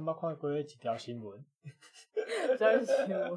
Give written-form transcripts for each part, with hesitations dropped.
敢捌看过一条新闻？ 啥新闻？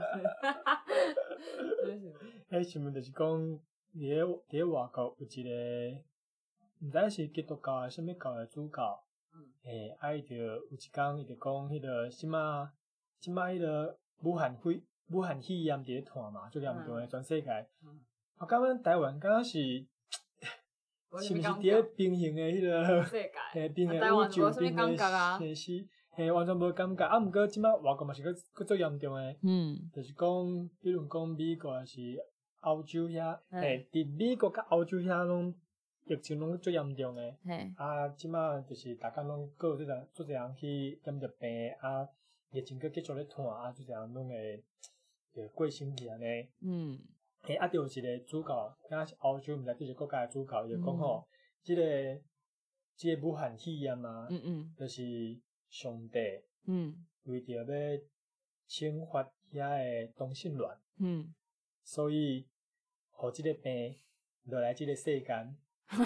迄新闻就是讲，伫外国有一个，毋知是基督教还是啥物教的主教，伊就有一工，伊就讲迄个即马迄个武汉肺炎伫咧传嘛，最严重诶全世界。我感觉台湾敢若是。是毋是伫咧平行诶迄个世界？ 平行宇宙平诶现实，完全无感觉。啊，毋过即摆外国嘛是佫足严重诶，就是讲，比如讲美国还是欧洲遐，伫美国甲欧洲遐拢疫情拢足严重诶。啊，即摆就是大家拢各有足侪人去染着病，啊，疫情佫继续咧传，啊，足侪人拢会过身去安尼。啊，就有一个主教，敢若是欧洲，毋知即个国家诶主教，伊就讲吼，即个武汉肺炎啊，就是上帝，为着要惩罚遐诶同性恋，所以互即个病落来即个世间。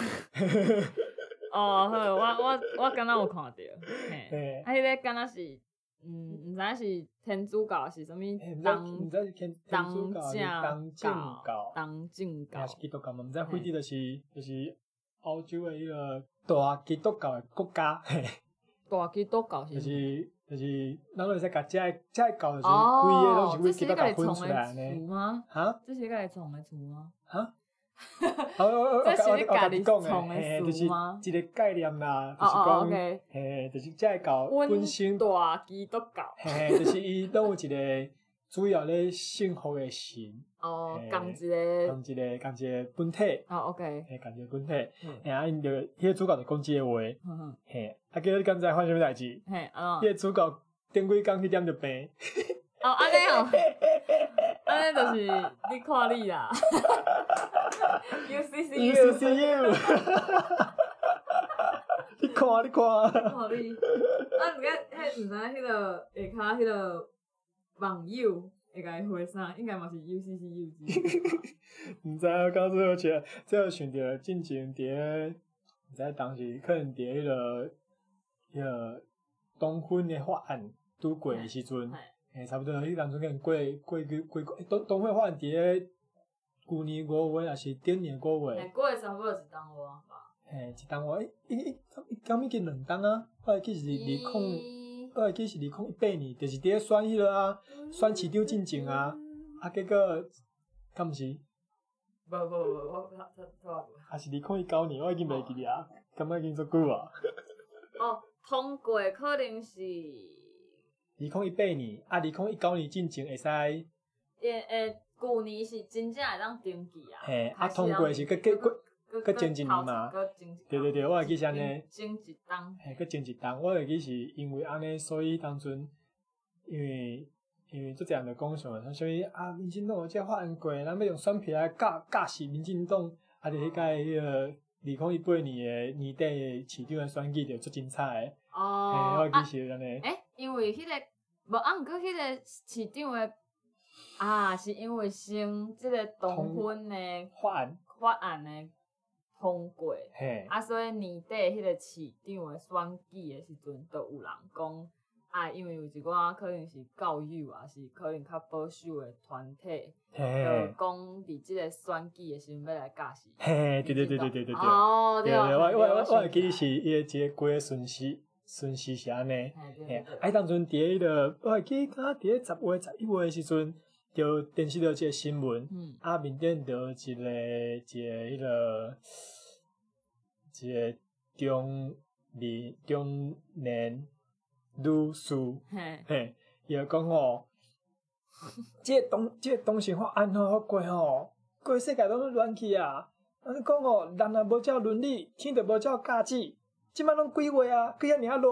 哦，好，我敢若有看着，啊，迄个敢若是。毋知是天主教是啥物？ 毋知是天主教是东正教，还是基督教嘛？毋知反正就是欧洲诶迄个大基督教诶国家， 大基督教是咱会使甲遮个教就是规个拢是为基督教分出来呢？ 哈？这是家己创诶厝吗？ 哈？ 这是你家己创诶厝吗？ 就是一个概念啦，就是讲，就是遮个教本身大基督教， 就是伊拢有一个主要咧信服诶神。 共一个本体。 OK。 共一个本体。啊，因就迄个主教就讲即个话。啊，叫你敢知发生啥物代志？迄个主教顶几工去染着病。 安尼安尼就是你看你啦。 UCCU。你看。 看你。毋知迄个下骹迄个网友会甲伊回啥？应该嘛是 UCCU 毋知啊，到最后想着进前伫毋知当时可能伫迄个同婚的法案拄过的时阵，差不多迄当阵可能过同婚法案伫咧旧年5月还是顶年5月？ 过差不多一冬外吧。 一冬外，伊敢已经2冬啊？我会记是2018年，就是伫咧选迄个啊，选市长进前啊，结果敢毋是？ 无，我还是2019年，我已经袂记啊，感觉已经足久啊。 通过可能是 2018年，啊，2019年进前会使。 旧年是真正会当登记啊。 通过是搁前一年嘛。对，我会记是安尼。 前一冬。 搁前一冬，我会记是因为安尼，所以当阵因为足侪人就讲啥，所以啊，民进党有这法案过，咱要用选票来教死民进党，啊，就迄个迄个2018年的年底的市长的选举就足精彩的。我会记是安尼。 因为迄个无毋过迄个市长的是因为先即个同婚的法案的通过，所以年底迄个市长的选举的时阵，都有人讲因为有一寡可能是教友啊，是可能较保守的团体，就讲伫即个选举的时阵要来教死。 对。对，我会记是伊个一个规个顺序是安尼。当阵伫迄个，我会记敢伫咧10月、11月的时阵。就电视着一个新闻，面顶着一个迄个中年女士，伊就讲吼，这个同性法案吼过世界拢乱去啊！安尼讲吼，人也无照伦理，天就无照价值。即摆拢几月啊？几遐尔热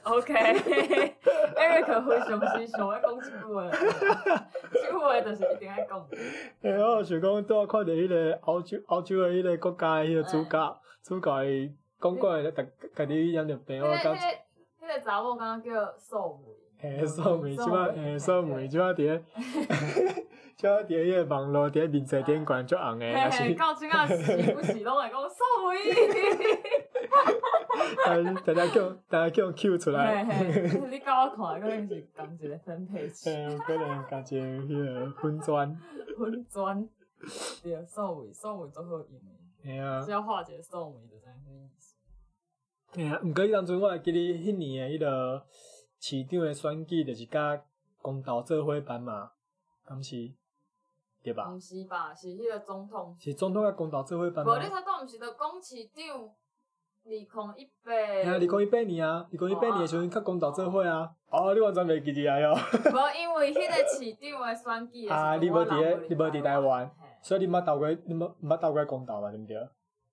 ？OK，Eric 非常时想要讲即句话，即句话就是一定要讲。 我想讲，拄仔看到迄个欧洲的迄个国家的迄个主教伊讲过的，家己染着病，我感觉。 迄个查某敢若叫素梅。 素梅即摆伫咧，即摆伫迄个网络伫咧面册顶悬足红诶， 到即仔时不时拢会讲素梅。 大家叫 Q 出来。 你甲我看，可能是同一个分配器。 可能加一个迄个粉砖。 粉砖，对，数位足好用的。 嘿啊。 只要画一个数位，就知影啥意思。 嘿啊，毋过迄当阵我会记得迄年的迄个市长的选举，就是甲公投做伙办嘛，敢是？对吧？ 毋是吧？是迄个总统。 是总统甲公投做伙办吗？ 无你才讲，毋是着讲市长2018。 嘿啊，2018年啊，2018年的时阵甲公投做伙啊。哦，你完全袂记起来哦。 无，因为迄个市长的选举啊， 你无伫台湾，所以你捌斗过公投嘛，对毋对？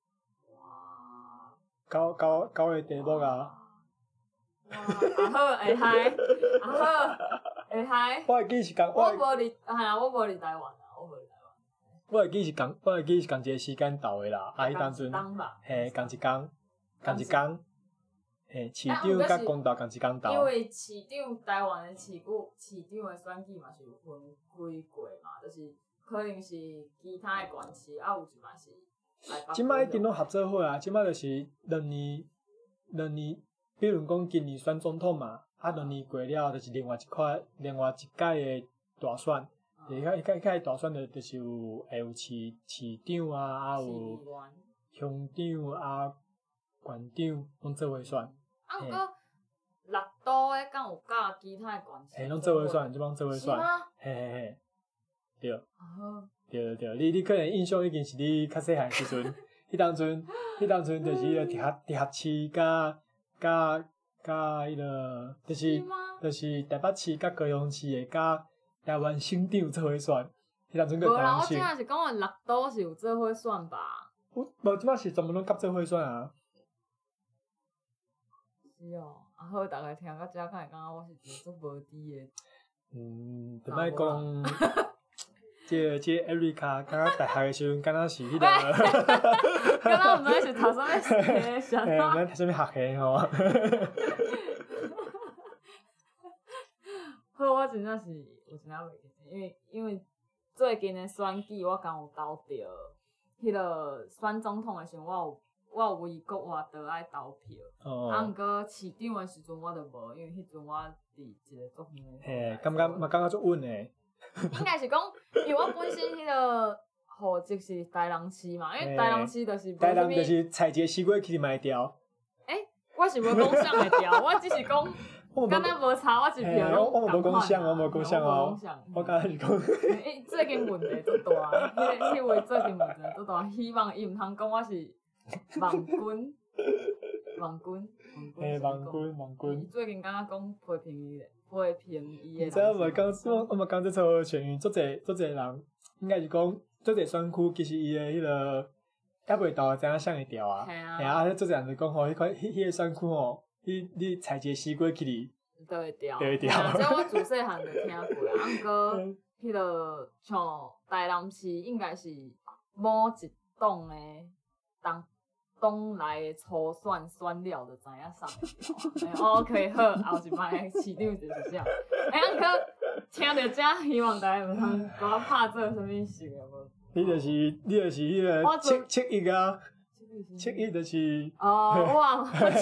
九月题目啊。 啊好，会嗨，啊好，会嗨。 我会记是讲， 我无伫台湾啊， 我会记是共一个时间到的啦，迄当阵，嘿，共一工，嘿，市长甲公投共一工到。 因为市长台湾的市长的选举嘛是有分开过嘛，就是可能是其他的县市，啊有一嘛是。 即摆一定拢合作伙啊！即摆就是两年，比如讲今年选总统嘛，啊2年过了，就是另外一届的大选。迄大选就是会有市长啊，啊有乡长啊、县长拢做伙选。 啊，毋过六都的敢有甲其他的县市？ 嘿，拢做伙选，即摆做伙选。嘿，对。对，你可能印象已经是你较细汉时阵，迄当阵就是迄个直辖市甲迄个就是台北市甲高雄市的甲台湾省长做伙选，迄当阵叫台湾省。 无啦，我真正是讲六都是有做伙选吧？ 无，即摆是全部拢甲做伙选啊。 是哦，啊好，大家听到遮，敢会感觉我是一个足无知的。 就莫讲。这 Erica 刚刚大学的时阵，敢若是迄个。 敢若毋知是读啥物系，啥？ 咱读啥物学系吼？ 好，我真正是有真正袂记得，因为最近的选举我刚有投票，迄个选总统的时阵，我有为国外倒爱投票。啊，毋过市长的时阵我就无，因为迄阵我伫一个足远的。 嘿，感觉足稳诶。 应该是讲，因为我本身迄个户籍是台南市嘛，因为台南市就是台南就是采一个西瓜去嘛会调。 我是无讲啥会调，我只是讲，敢若无差，我一票拢我无讲啥，我无讲啥哦。我刚才是讲。 最近问题足大，迄位最近问题足大，希望伊毋通讲我是网军。 嘿，网军。 最近敢若讲批评伊的。你知影无？我嘛讲这错全员，足侪人，应该是讲足侪选区，其实伊的迄个还袂到知影啥会调啊。嘿啊，足侪人就讲吼，迄个选区吼，你采一个西瓜去哩， 都会调。 这我自细汉就听过，啊，毋过迄个像台南市应该是某一党的党内初选了就知影啥会调。OK 好，后一摆市长就是啥。毋过听到这，希望大家毋通甲我拍做啥物事啊无。 你就是迄个711啊，711就是。 哇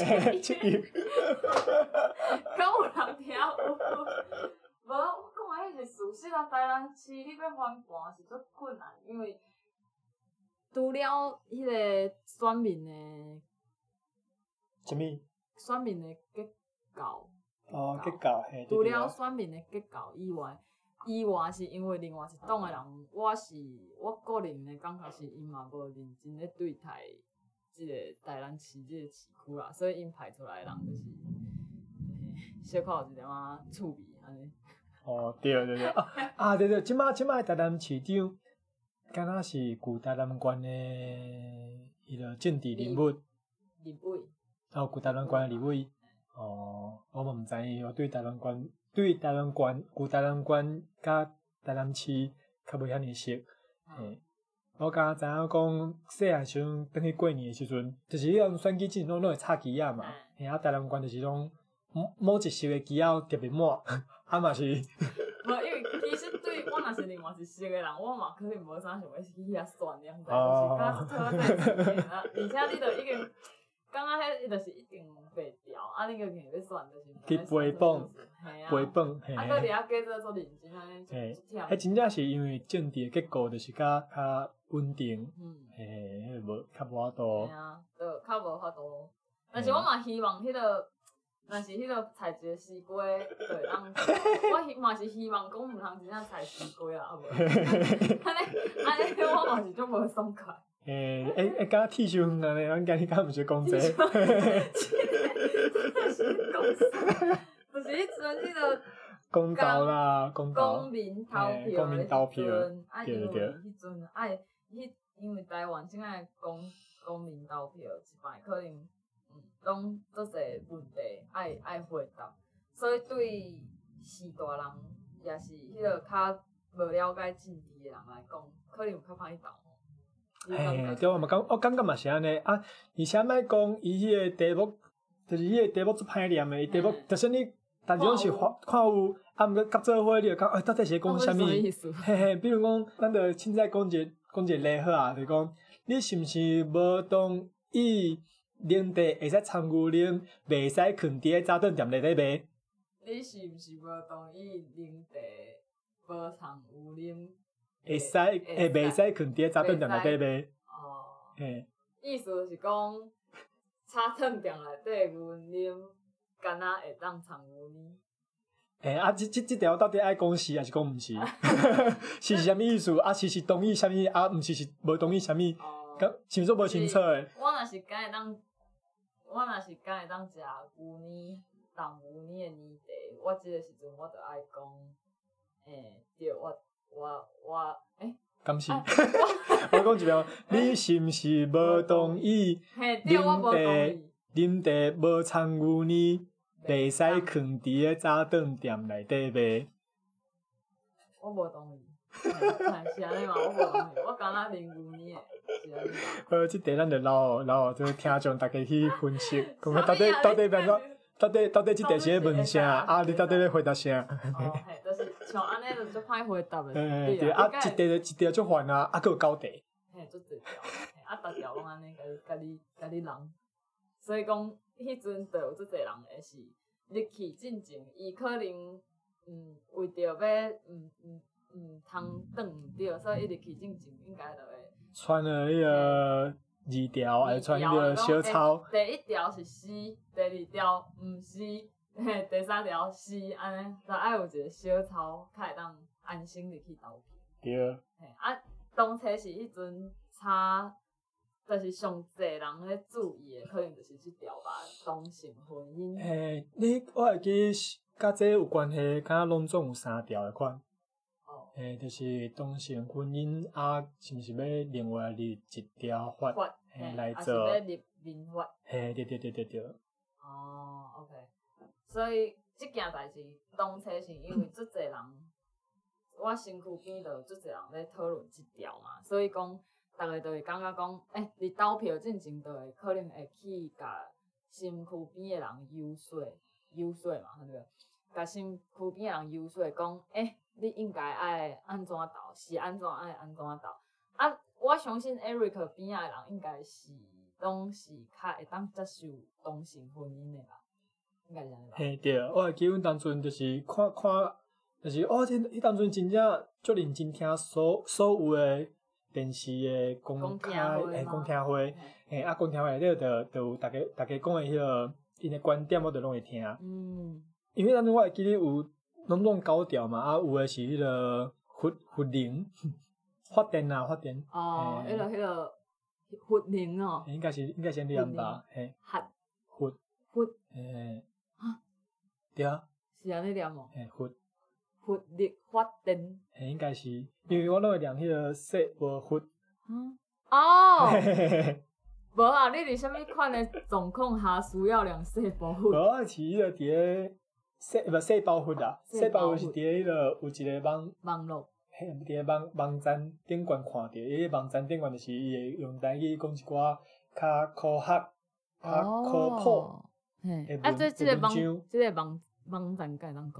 ，711。 敢有人听有？无，我讲迄是事实啊。台南市你要翻盘是足困难，因为。除了迄个选民的， 什么？ 选民的结构。 结构嘿。 除了选民的结构以外是因为另外一党的人，我个人的感觉是，因嘛无认真咧对待即个台南市即个市区啦，所以因派出来的人就是小可有一点仔趣味安尼。 对啊，对，即摆台南市长。敢若是旧台南县的迄个政治人物，旧台南县的立委。我嘛毋知影，我对台南县、旧台南县甲台南市较无遐尔熟。我敢知影讲，细汉时阵转去过年的时阵，就是迄种选举之前拢会插旗仔嘛。台南县就是拢某一熟的旗仔特别满，嘛是。 无，因为其实对我若是另外一熟的人，我嘛可能无啥想要去遐选，你毋知，就是甲讨在一起啦。而且你著已经感觉迄就是一定袂调，啊，你个硬要选就是。 去陪绑，陪绑，嘿。 啊，搁伫遐过做认真安尼，就忝。 迄真正是因为政治结构就是较稳定，迄无较无法度。 嘿啊，就较无法度。但是我嘛希望迄个，若是迄个采一个西瓜，对，当我嘛是希望讲毋通真正采西瓜啦，啊无。安尼我嘛是足无爽快。 敢剃须远安尼，咱今日敢毋是讲这？ 就是迄阵迄个公投啦，公民投票， 公民投票， 对。迄阵因为台湾现在公民投票一摆可能拢足侪问题爱回答，所以对士大人也是迄个较无了解政治的人来讲，可能有较歹投。 对，我感觉嘛是安尼啊，而且莫讲伊迄个题目，就是迄个题目足歹念的，伊题目就是你，但是拢是看有，啊，毋过甲做伙你就讲，到底是讲啥物？比如讲，咱就凊彩讲一个例好啊，就是讲，你是毋是无同意领地会使参与领，袂使囥伫个早顿店内底卖？ 你是毋是无同意领地无参与领？ 袂使囥伫早顿店内底卖。 哦。意思就是讲，早顿店内底阮啉，敢若会当参与呢？ 即条到底爱讲是还是讲毋是？是啥物意思？啊，是同意啥物？啊，毋是无同意啥物？是毋是无清楚诶？ 我若是敢会当食牛奶、动牛奶诶年地，我即个时阵我就爱讲，对，我敢是？我讲一遍，你是毋是无同意啉茶无掺牛奶，袂使囥伫个早顿店内底卖？ 我无同意。是安尼嘛？我无同意，我敢若啉牛奶诶，是安尼嘛？ 即题咱就留即听众大家去分析，讲到底变做。到底即题是咧问啥？啊，你到底咧回答啥？ 就是像安尼，就足歹回答诶。对啊，一题足烦啊，啊，佫有9题。 足侪条，啊，逐条拢安尼，甲你人，所以讲，迄阵就有足侪人会是入去进前，伊可能为着要通转毋着，所以伊入去进前应该就会穿了迄个2条，还穿迄个小草。 第1条是是，第2条毋是，第3条是，安尼就爱有一个小草，较会当安心入去投票。 对。 啊，当初是迄阵差，就是上侪人咧注意的，可能就是即条吧，同性婚姻。 我会记甲这有关系，敢若拢总有3条的款。就是同性婚姻啊，是毋是要另外立一条法来做？ 还是要立民法？ 对。 哦 ，OK。所以即件代志，当初是因为足侪人，我身躯边就有足侪人咧讨论即条嘛，所以讲，逐个就会感觉讲，伫投票进前就会可能会去甲身躯边的人游说嘛，对不？甲身躯边的人游说讲，你应该爱安怎投，是安怎爱安怎投。啊，我相信 Eric 边仔的人应该是拢是较会当接受同性婚姻的吧，应该是安尼吧。 对，我会记阮当阵就是看，就是迄当阵真正足认真听所有的电视的公听会，啊公听会内底就有大家讲的迄个因的观点，我就拢会听。因为当阵我会记得有。拢9条嘛，啊，有诶是迄个佛灵发电。 哦，迄个佛灵哦。 应该是安尼吧，嘿。佛。对啊。 是安尼念哦。 佛力发电。 应该是，因为我拢会念迄个说无佛。 哦。无啊，你伫啥物款诶状况下需要量说无佛？ 无是迄个伫个。细胞佛啊，细胞佛是伫迄个有一个网络， 伫个网站顶悬看到，伊个网站顶悬就是伊会用台语讲一寡较科学、较科普。 啊，即个网站该当讲？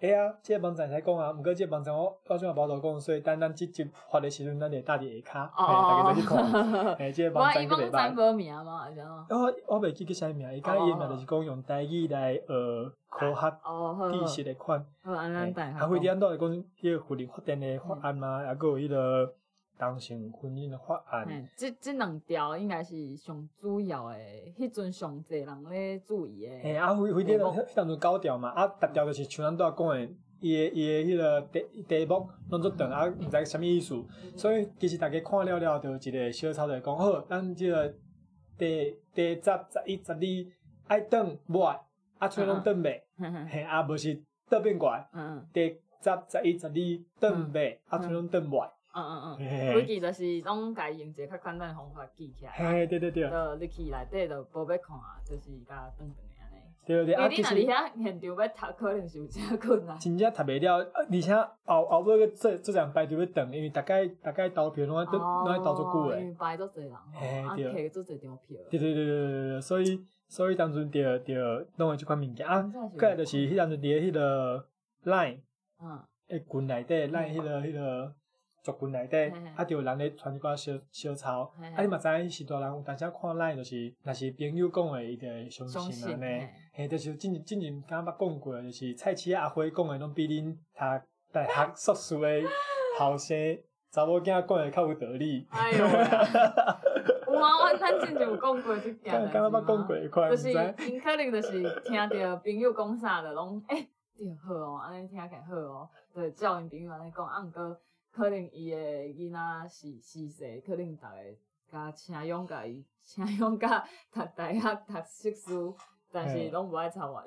啊，这个网站才讲啊，毋过这个网站我怎也无多讲，所以等咱即集发的时阵，咱就搭伫下骹，大家再去看。这个网站个袂歹。 无名吗？还是我袂记叫啥名，伊讲伊名就是讲用台语来科学知识的款。 安咱等下。 非典都是讲迄个婚姻法典的法案嘛，还有迄个同性婚姻的法案。 这两条应该是上主要的，迄阵上侪人咧注意的。 非典迄当阵9条嘛，逐条就是像咱拄仔讲的，伊的迄个题目拢做长，毋知啥物意思。所以其实大家看了，就一个小抄就讲好，咱即个第10、11、12爱转歪，像拢转袂，无是倒变过来。第10、11、12转袂，像拢转歪。 规矩就是拢家用一个较简单的方法记起来。 对。 就你去内底就无要看，就是甲转的安尼。 对。 因为你若伫遐现场要读，可能是有真困难。 真正读袂了，而且后尾做阵排队要等，因为大概投票拢爱投足久诶。 因为排足侪人，摕足侪张票。 对，所以当阵着弄诶即款物件啊。过来就是迄当阵伫迄个 Line， 诶群内底 Line 迄个。族群内底，就有人咧传一寡小抄，你嘛知影是大人有当时看咱就是，若是朋友讲诶，伊就会相信安尼。就是之前敢捌讲过，就是蔡市阿辉讲诶，拢比恁读大学硕士诶后生查某囝讲诶较有道理。 哎呦！有啊，咱之前有讲过即件。 敢捌讲过一款， 就是因可能就是听着朋友讲啥的，拢对好哦，安尼听起来好哦，对，照因朋友安尼讲，毋过。可能伊诶囡仔是细，可能逐个甲请勇甲读大学读硕士，但是拢无爱参完。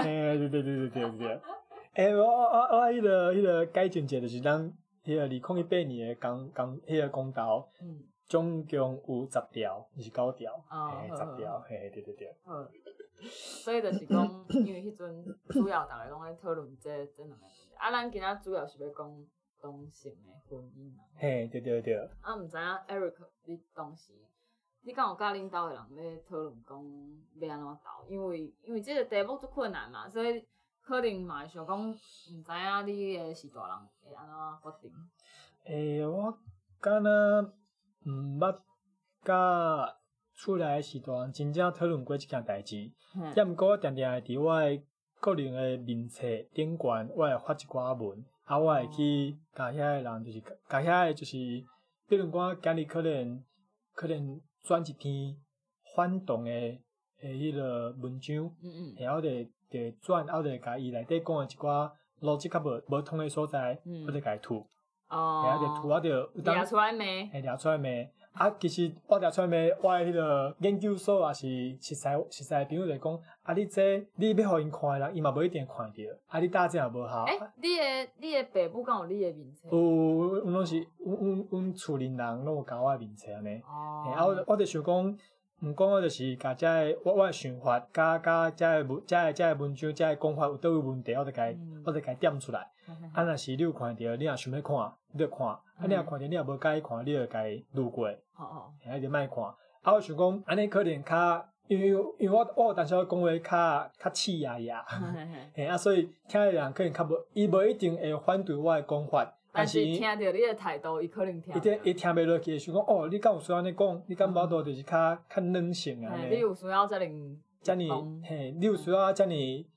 对。我迄个改进者就是咱迄个2018年诶迄个公投，总共有10条，是9条，10条，对。 所以就是讲，因为迄阵主要逐个拢咧讨论这两个问题，咱今仔主要是要讲。同性的婚姻嘛， 对。 毋知影 Eric， 你当时你敢有甲恁兜的人咧讨论讲要安怎斗？因为这个题目足困难嘛，所以可能嘛会想讲，毋知影你的是大人会安怎决定？ 我敢若毋捌甲厝内是大人真正讨论过即件代志，也毋过我定定会伫我的个人的面册顶悬，我会发一寡文。我会去甲遐个人，就是甲遐个就是，比如讲今日可能转一篇反动的迄个文章，然后就转，然后就甲伊内底讲的一寡逻辑较无通的所在，我就甲伊吐，然后就吐，我就抓出来骂， 抓出来骂。其实我抓出来骂，我迄个研究所也是实在朋友就讲，你要互因看的人，伊嘛无一定看着，你打这也无效。 你的爸母敢有你的名册？ 有，拢是阮厝邻人拢有交我的名册安尼。我就想讲，毋讲我就是甲遮个我的想法，甲遮个文章，遮个讲法有倒位问题，我就甲伊点出来。若是你有看着，你若想要看，你就看。你若看着，你若无介意看，你就甲伊路过。你就莫看。我想讲，安尼可能较，因为我有当时讲话较气压，所以听的人可能较无，伊无一定会反对我的讲法。 但是听到你的态度，伊可能听。 伊听袂落去，想讲你敢有需要安尼讲？你敢无多就是较软性啊？ 你有需要遮尔， 你有需要遮尔一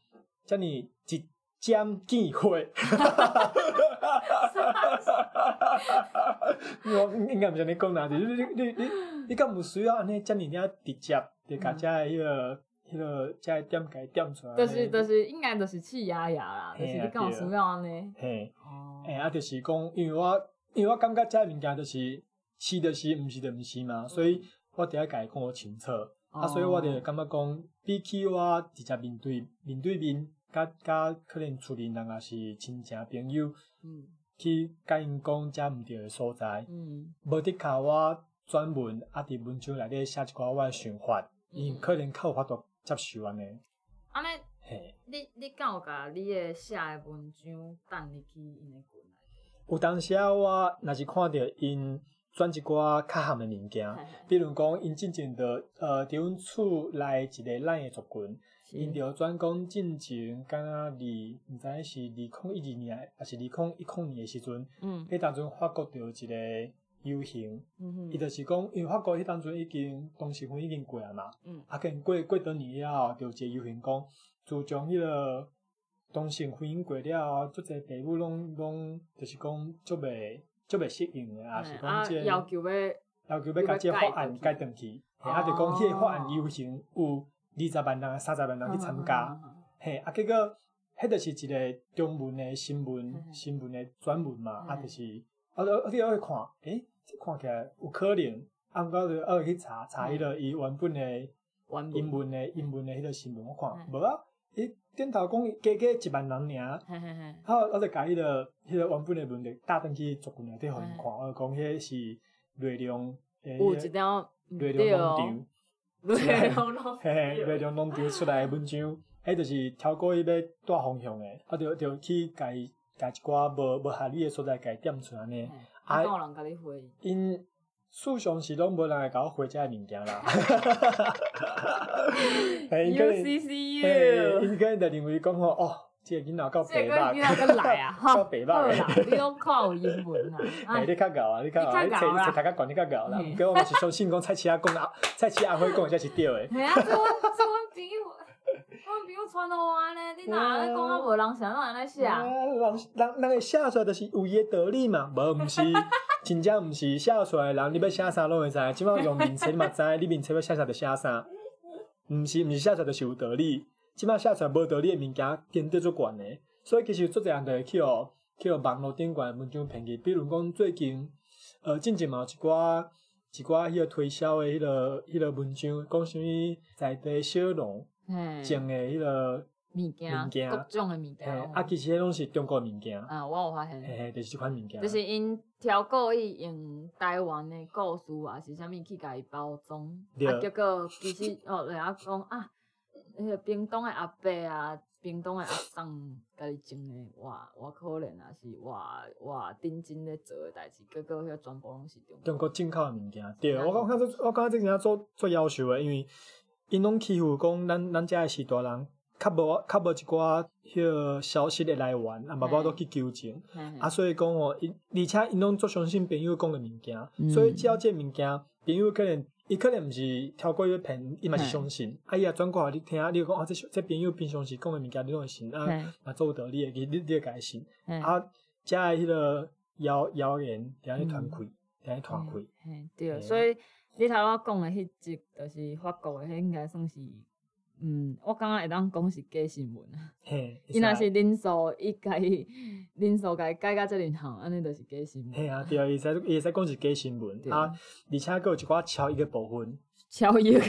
针见血。我应该毋是安尼讲啦，就是你敢有需要安尼遮尔直接，就甲遮个迄个遮个点甲伊点出来。 就是应该就是气压啦，就是你敢有需要安尼。 就是讲，因为我感觉遮个物件就是是就是，毋是就毋是嘛，所以我伫遐甲伊讲清楚。所以我就感觉讲，比起我直接面对面，甲可能厝邻人也是亲情朋友，去甲因讲遮毋对的所在，无得靠我专门伫文章内底写一寡我的想法，因可能较有法度接受安尼。 安尼，你敢有甲你的写的文章等入去因的群内？ 有当时我若是看到因转一寡较含的物件，比如讲因进前着伫阮厝内一个咱的族群，因着转讲进前敢若毋知是2012年还是2010年的时阵，迄当阵法国着一个游行，伊就是讲，因为法国迄当阵已经当时分已经过啊嘛，跟过多年了后，着一个游行讲，自从迄个当时婚姻过了后，足侪父母拢就是讲足袂适应的，也是讲即要求要甲即个法案改转去，就讲迄个法案游行有20万人、30万人去参加，结果迄就是一个中文的新闻的转文嘛，就是我去看，这看起来有可能，毋过就去查迄个伊原本的英文的迄个新闻，我看无啊，顶头讲加1万人尔，我就甲迄个原本的文字打转去族群内底互因看，我讲迄是内容有一条内容农场出来的文章，迄就是超过伊要带方向的，就去甲一寡无合理的所在甲伊点出安尼。 有人甲你回？ 因事实上是拢无人会甲我回遮个物件啦。 UCCU， 因可能就认为讲哦，这个囡仔够白目， 这个来啊， 够白目。 好啦，你拢看有英文啊？ 你较敖啊，你册读较悬，你较敖啦。毋过我嘛是相信讲蔡奇阿辉讲的才是对的。 系啊，这阮朋友传互我呢，你哪讲啊无人想安尼写？ 人会写出来就是有伊的道理嘛，无毋是真正毋是写出来的人，你要写啥拢会知。即摆用面册你嘛知，你面册要写啥就写啥，毋是写出来就是有道理。即摆写出来无道理的物件，根底足悬的，所以其实足侪人就会去网络顶悬文章骗去，比如讲最近近嘛有一寡迄个推销的迄个文章，讲啥物在地小农种的迄个物件，各种的物件。 其实迄拢是中国物件。 我有发现。 就是即款物件。 就是因挑故意用台湾的故事啊，是啥物去甲伊包装，结果其实人家讲啊，迄个屏东的阿伯啊，屏东的阿送甲你种的，偌可怜啊，是偌认真咧做的代志，结果迄全部拢是中国进口的物件。对，我感觉这件做夭寿的，因为因拢欺负讲咱遮的士大人，较无一寡迄个消息的来源，嘛无都去纠正。所以讲而且因拢足相信朋友讲的物件，所以只要这物件，朋友可能毋是超过要骗，伊嘛是相信。伊也转过来你听，你讲这朋友平常时讲的物件，你拢会信嘛做有道理的，你会甲伊信。遮的迄个谣言，定去传开， 对，所以你头仔讲的迄集，就是法国的，迄应该算是，我感觉会当讲是假新闻啊。伊若是人数，伊甲伊改甲遮尔项，安尼就是假新闻。 嘿啊，对啊，伊会使讲是假新闻而且佫有一寡超译的部分。 超译。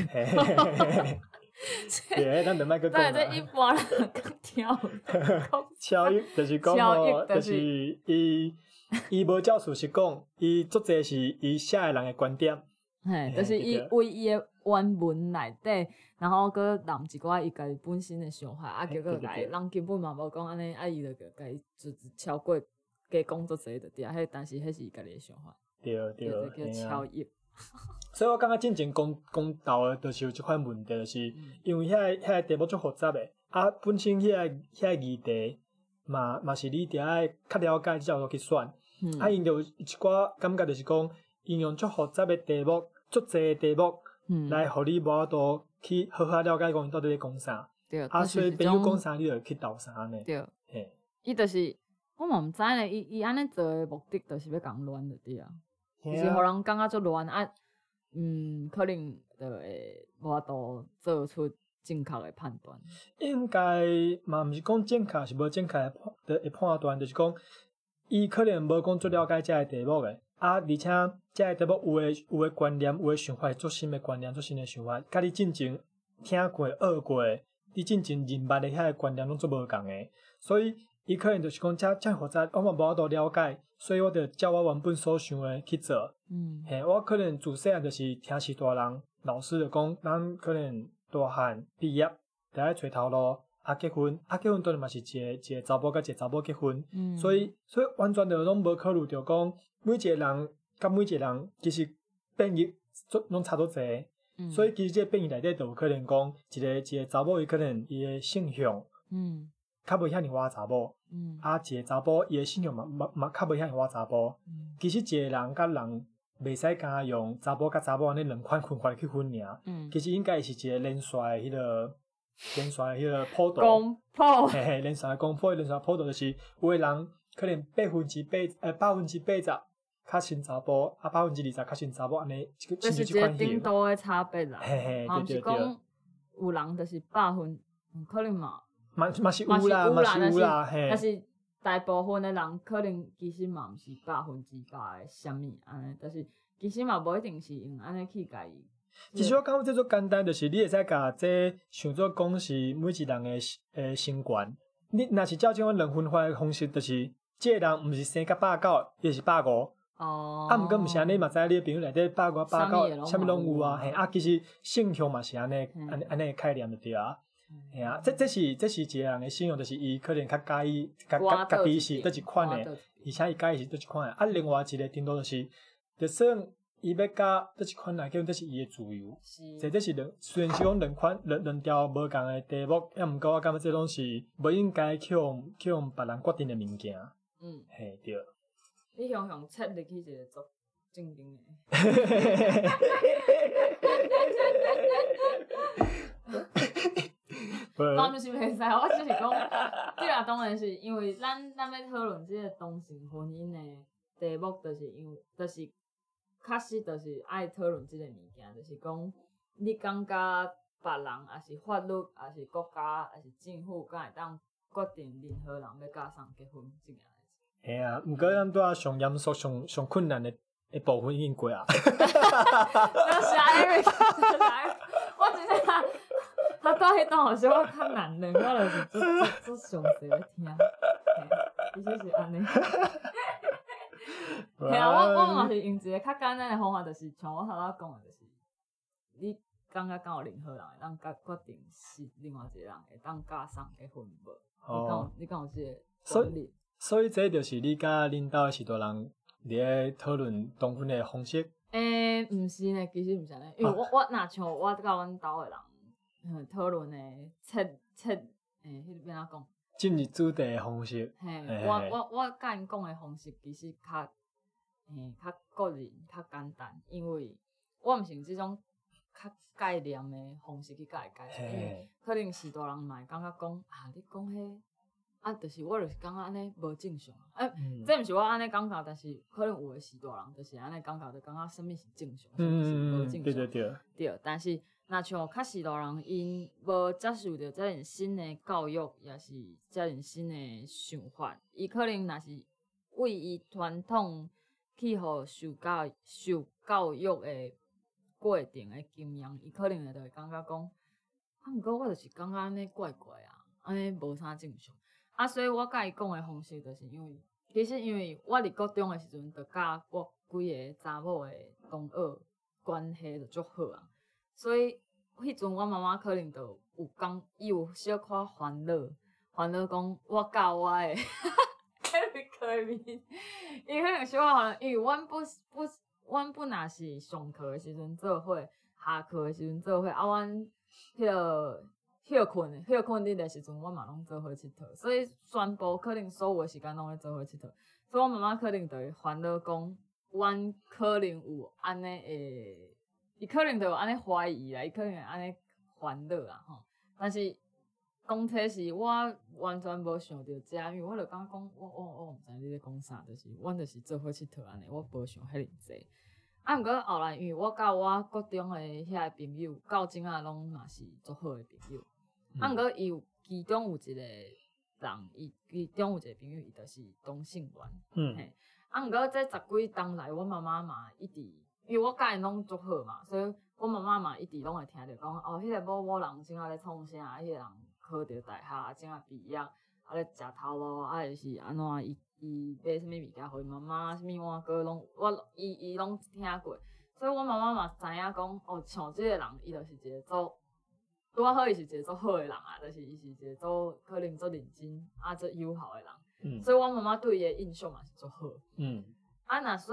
对，咱就莫佫讲啦。 这一般人讲跳。 超译就是讲就是伊无照事实讲，伊足侪是伊写的人的观点。 就是伊为伊的原文内底，然后佮揽一寡伊家己本身的想法，结果来人根本嘛无讲安尼，伊就甲伊就是超过加讲足侪就对啊。但是迄是伊家己的想法。 对， 叫超译。 所以我感觉进前讲到的，就是有一款问题，就是因为遐个题目足复杂的，本身遐个议题嘛是你伫爱较了解之后去选，因就有一寡感觉就是讲。应用足复杂的题目，足侪题目来，互你无法度去好好了解讲伊到底咧讲啥。 对， 所以朋友讲啥，你就去斗啥呢？ 对，伊就是我嘛毋知呢，伊安尼做的目的，就是要共乱就对啊，就是互人感觉足乱可能就会无法度做出正确的判断。 应该嘛毋是讲正确是无正确的判断，就是讲伊可能无讲足了解遮个题目的。而且遮个题目有诶观念，有诶想法，足新诶观念，足新诶想法，甲你进前听过、学过，你进前认捌诶遐个观念拢足无共诶，所以伊可能就是讲遮复杂，我嘛无法度了解，所以我着照我原本所想诶去做。我可能自细汉就是听是大人老师就讲，咱可能大汉毕业，就爱找头路。结婚当然嘛是一个查甫甲一个查某结婚，所以完全就拢无考虑着讲每一个人甲每一个人其实变异拢差不多侪，所以其实这变异内底就有可能讲一个查某伊可能伊的性向，较无遐尼活查某，啊一个查甫伊的性向嘛较无遐尼活查甫，其实一个人甲人袂使干用查甫甲查某安尼两款分法去分尔，其实应该是一个连续的迄个谱道， 公谱， 嘿，连续的公谱，连续的谱道就是有个人可能80%较亲查甫，啊20%较亲查某安尼， 就是一个顶多的差别啦。 嘿， 嘛毋是讲有人就是100%，可能嘛是有啦，嘿。 但是大部分的人可能其实嘛毋是100%的啥物安尼，但是其实嘛无一定是用安尼去家己。 其实我感觉这做简单，就是你会使甲这想做讲是每一人的生权。你若是照这种两分法的方式，就是这个人毋是生甲109，伊是105。 哦。 啊，毋过毋是安尼嘛，知你的朋友内底105、109，啥物拢有啊。嘿，啊，其实性向嘛是安尼的概念就对啊。嘿啊，这是一个人的信用，就是伊可能较介意，家己是倒一款的，而且伊介意是倒一款的。啊，另外一个程度就是，就算伊要甲倒一款来叫，这是伊的自由。这是虽然是讲两条无共的题目，也毋过我感觉这拢是无应该去用别人决定的物件。嘿，对。 你想切入去一个足正经的。当然是袂使，我只是讲，对啦，当然是因为咱要讨论这个同性婚姻的题目，就是确实就是爱讨论这个物件，就是讲你感觉别人，也是法律，也是国家，也是政府，敢会当决定任何人要甲谁结婚这件代志。 嘿啊，毋过咱拄仔上严肃、上困难的部分已经过啊。 就是Eric，我只是他到迄段好像我较男人，我就是做上侪咧听，其实是安尼。嘿啊，我嘛是用一个较简单的方法，就是像我头仔讲的，就是你感觉敢有任何人会当决定是另外一个人会当甲谁结婚无？你敢有这个观念？ 所以这就是你甲恁兜的许多人咧讨论同婚的方式。 毋是呢，其实毋是安尼，因为我若像我甲阮兜的人讨论的迄个要怎讲？ 进入主题的方式。 嘿，我甲因讲的方式其实较个人较简单，因为我毋是用即种较概念的方式去甲伊解释，因为可能许多人嘛会感觉讲你讲迄。就是我就是感觉安尼无正常。这毋是我安尼感觉，但是可能有的时大人就是安尼感觉，就感觉啥物是正常，啥物是无正常。对，但是若像较时大人，因无接受到遮样新的教育，也是遮样新的想法，伊可能若是为伊传统去互受教育的过程的经验，伊可能就会感觉讲，毋过我就是感觉安尼怪怪啊，安尼无啥正常。所以我甲伊讲的方式，就是因为我伫国中的时阵，就甲我几个查某的同学关系就足好啊，所以迄阵我妈妈可能就伊有小可烦恼讲我教我的伊可能小可烦恼，因为阮本来是上课的时阵做伙，下课的时阵做伙，阮休困日的时阵，我嘛拢做伙佚佗，所以全部可能所有的时间拢咧做伙佚佗，所以我妈妈可能就会烦恼讲，阮可能有安尼诶，伊可能就有安尼怀疑啦，伊可能会安尼烦恼啦吼。但是讲体是我完全无想到这，因为我就感觉讲，我毋知你咧讲啥，就是阮就是做伙佚佗安尼，我无想遐尔济。毋过后来，因为我甲我国中诶遐个朋友，到今仔拢嘛是足好诶朋友。毋过其中有一个人，其中有一个朋友，伊就是同性恋。嘿，毋过这10几冬来，我妈妈嘛一直，因为我甲因拢足好嘛，所以我妈妈嘛一直拢会听着讲，迄个某人怎啊咧创啥，迄个人考着大学，怎啊毕业，咧食头路，就是安怎伊买啥物物件互伊妈妈，啥物碗糕拢伊拢听过，所以我妈妈嘛知影讲，像即个人，伊就是一个拄好，伊是一个足好诶人啊，就是伊是一个可能足认真足友好诶人，所以我妈妈对伊诶印象嘛是足好。所以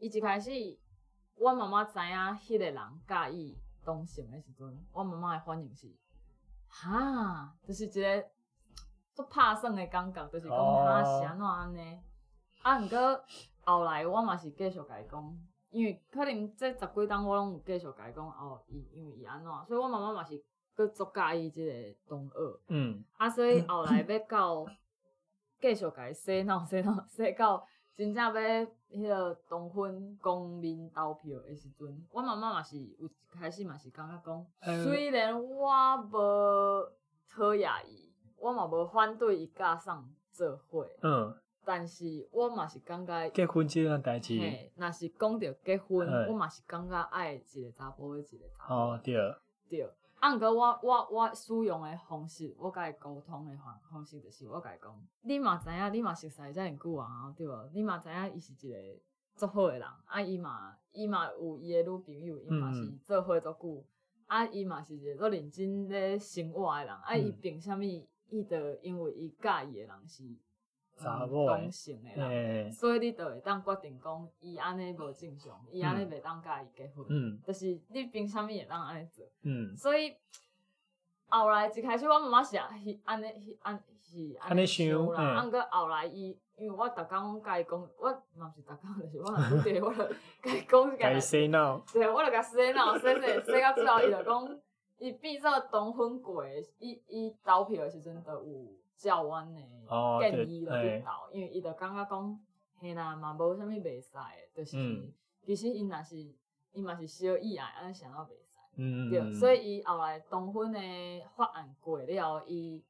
伊一开始，阮妈妈知影迄个人介意同性的时阵，阮妈妈的反应是，哈，就是一个足拍算的感觉，就是讲哈是安怎安尼。啊，毋过后来我嘛是继续甲伊讲，因为可能这10几档我拢有继续甲伊讲哦，因为伊安怎，所以阮妈妈嘛是佫足介意即个同学。啊，所以后来要到继续甲伊洗脑到真正要迄个同婚公民投票的时阵，阮妈妈嘛是有开始嘛是感觉讲，虽然我无讨厌伊，我嘛无反对伊嫁上做伙。但是我嘛是感觉结婚这样代志， 若是讲到结婚，我嘛是感觉爱一个查甫的一个查甫。对。啊，毋过我使用的方式，我甲伊沟通的方式，就是我甲伊讲，你嘛知影，你嘛熟悉遮尔久啊，对无？你嘛知影伊是一个足好的人，啊，伊嘛有伊的女朋友，伊嘛是做伙足久，啊，伊嘛是一个足认真咧生活的人，啊，伊凭啥物伊着因为伊介意的人是同性的人，所以你就会当决定讲，伊安尼无正常，伊安尼袂当甲伊结婚，就是你凭啥物会当安尼做？所以后来一开始我妈妈是安尼想啦，啊，毋过后来伊，因为我逐工甲伊讲，我嘛毋是逐工，就是我若对我就甲伊讲， 甲伊洗脑， 对，我就甲洗脑，洗到最后，伊就讲，伊变做同婚过，伊投票的时阵就有。教阮的建议就去投，因为伊就感觉讲，嘿啦，嘛无啥物袂使的，就是其实伊嘛是小意爱，安尼想到袂使，对，所以伊后来同婚的法案过了，伊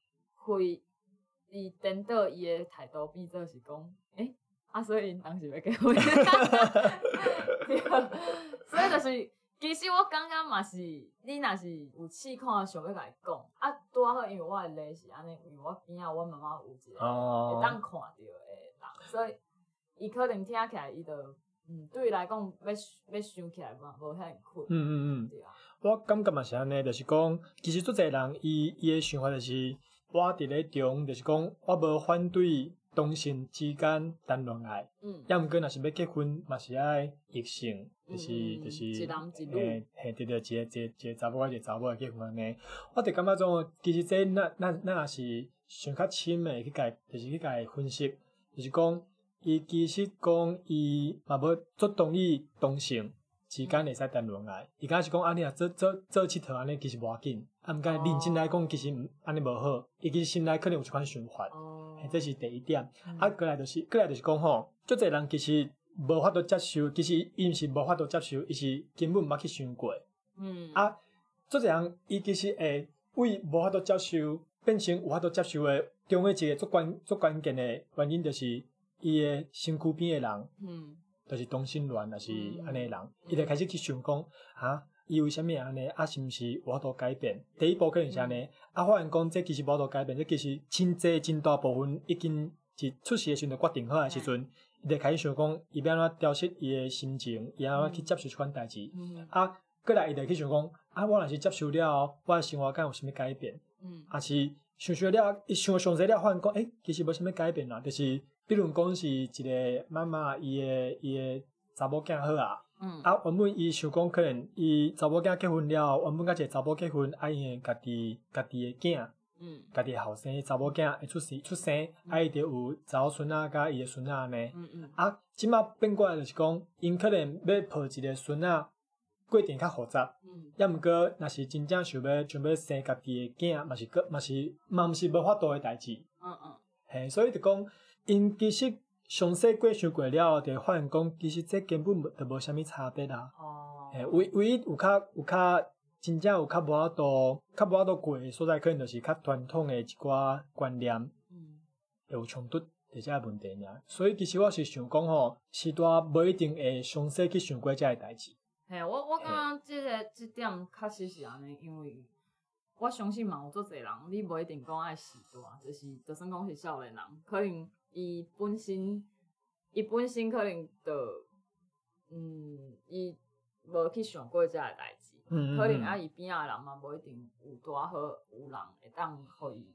颠倒伊的态度变做是讲，所以因当时要结婚，对，所以就是。其实我感觉嘛是，你若是有试看想要甲伊讲，啊，拄好因为我的例是安尼，因为我边仔阮妈妈有一个会当看到的人，所以伊可能听起来伊就对伊来讲要想起来嘛，无遐困。对啊。 我感觉嘛是安尼，就是讲，其实足侪人伊的想法就是，我伫咧中，就是讲我无反对。同性之间谈恋爱，也毋过若是要结婚，嘛是爱异性，就是一男一女， 对，一个查某一个查某结婚安尼。我就感觉种，其实这咱若是想较深的去甲，就是去甲伊分析，就是讲，伊其实讲伊嘛无足同意同性之间会使谈恋爱，伊敢是讲你若做佚佗安尼，其实无要紧，毋过认真来讲，其实安尼无好，伊其实心内可能有一款想法。这是第一点，过来就是讲吼，足侪人其实无法度接受，其实伊毋是无法度接受，伊是根本毋捌去想过。足侪人伊其实会为无法度接受，变成有法度接受的中间一个足关键的原因，就是伊的身躯边的人，就是同性恋，也是安尼的人，伊就开始去想讲，伊为虾米安尼？是毋是有法度改变？第一步可能是安尼，发现讲这其实无法度改变，这其实真大部分已经是出世的时阵决定好的时阵，伊就开始想讲，伊要安怎调适伊的心情，伊安怎去接受这款代志。过来伊就去想讲，我若是接受了，我的生活敢有啥物改变？是想了，伊想详细了，发现讲，其实无啥物改变啦，就是比如讲是一个妈妈，伊的查某囝好啊。原本伊想讲，可能伊查某囝结婚了，原本甲一个查某结婚，因为家己的囝，家己后生查某囝会出生，伊就有查某孙仔甲伊的孙仔安尼。即马变过来就是讲，因可能要抱一个孙仔，过程较复杂。也毋过，若是真正想要生家己的囝，嘛毋是无法度的代志。所以就讲，因其实。详细过想过了，就发现讲，其实这根本就无啥物差别啦。唯一有较真正有较无法度过的所在，可能就是较传统的一寡观念，会有冲突这些问题尔。所以其实我是想讲吼，时代无一定会详细去想过这个代志。 我感觉这点确实是安尼，因为我相信嘛有足侪人，你无一定讲爱时代，就算讲是少年人，可能。伊本身可能就，伊无去想过遮个代志，可能伊边仔人嘛无一定有多好有人会当互伊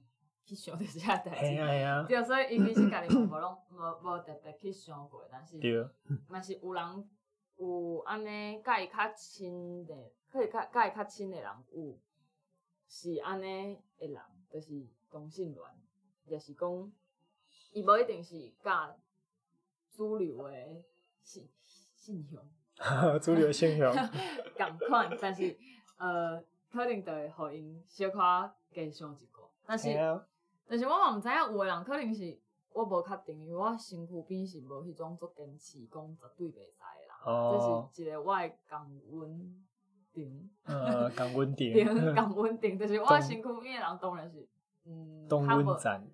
去想着遮代志。 系啊系啊。 对，所以伊其实家己无拢无特别去想过，但是嘛是有人有安尼甲伊较亲的，可以甲伊较亲的人有是安尼的人，就是同性恋，就是讲伊无一定是甲主流的信仰， 主流的信仰共款，但是可能就会互因小可加想一个，但是我嘛毋知影有的人可能是我无确定，因为我身躯边是无迄种足坚持讲绝对袂使的人，这是一个我的共稳定， 共稳定， 共稳定，就是我身躯边的人当然是东温站，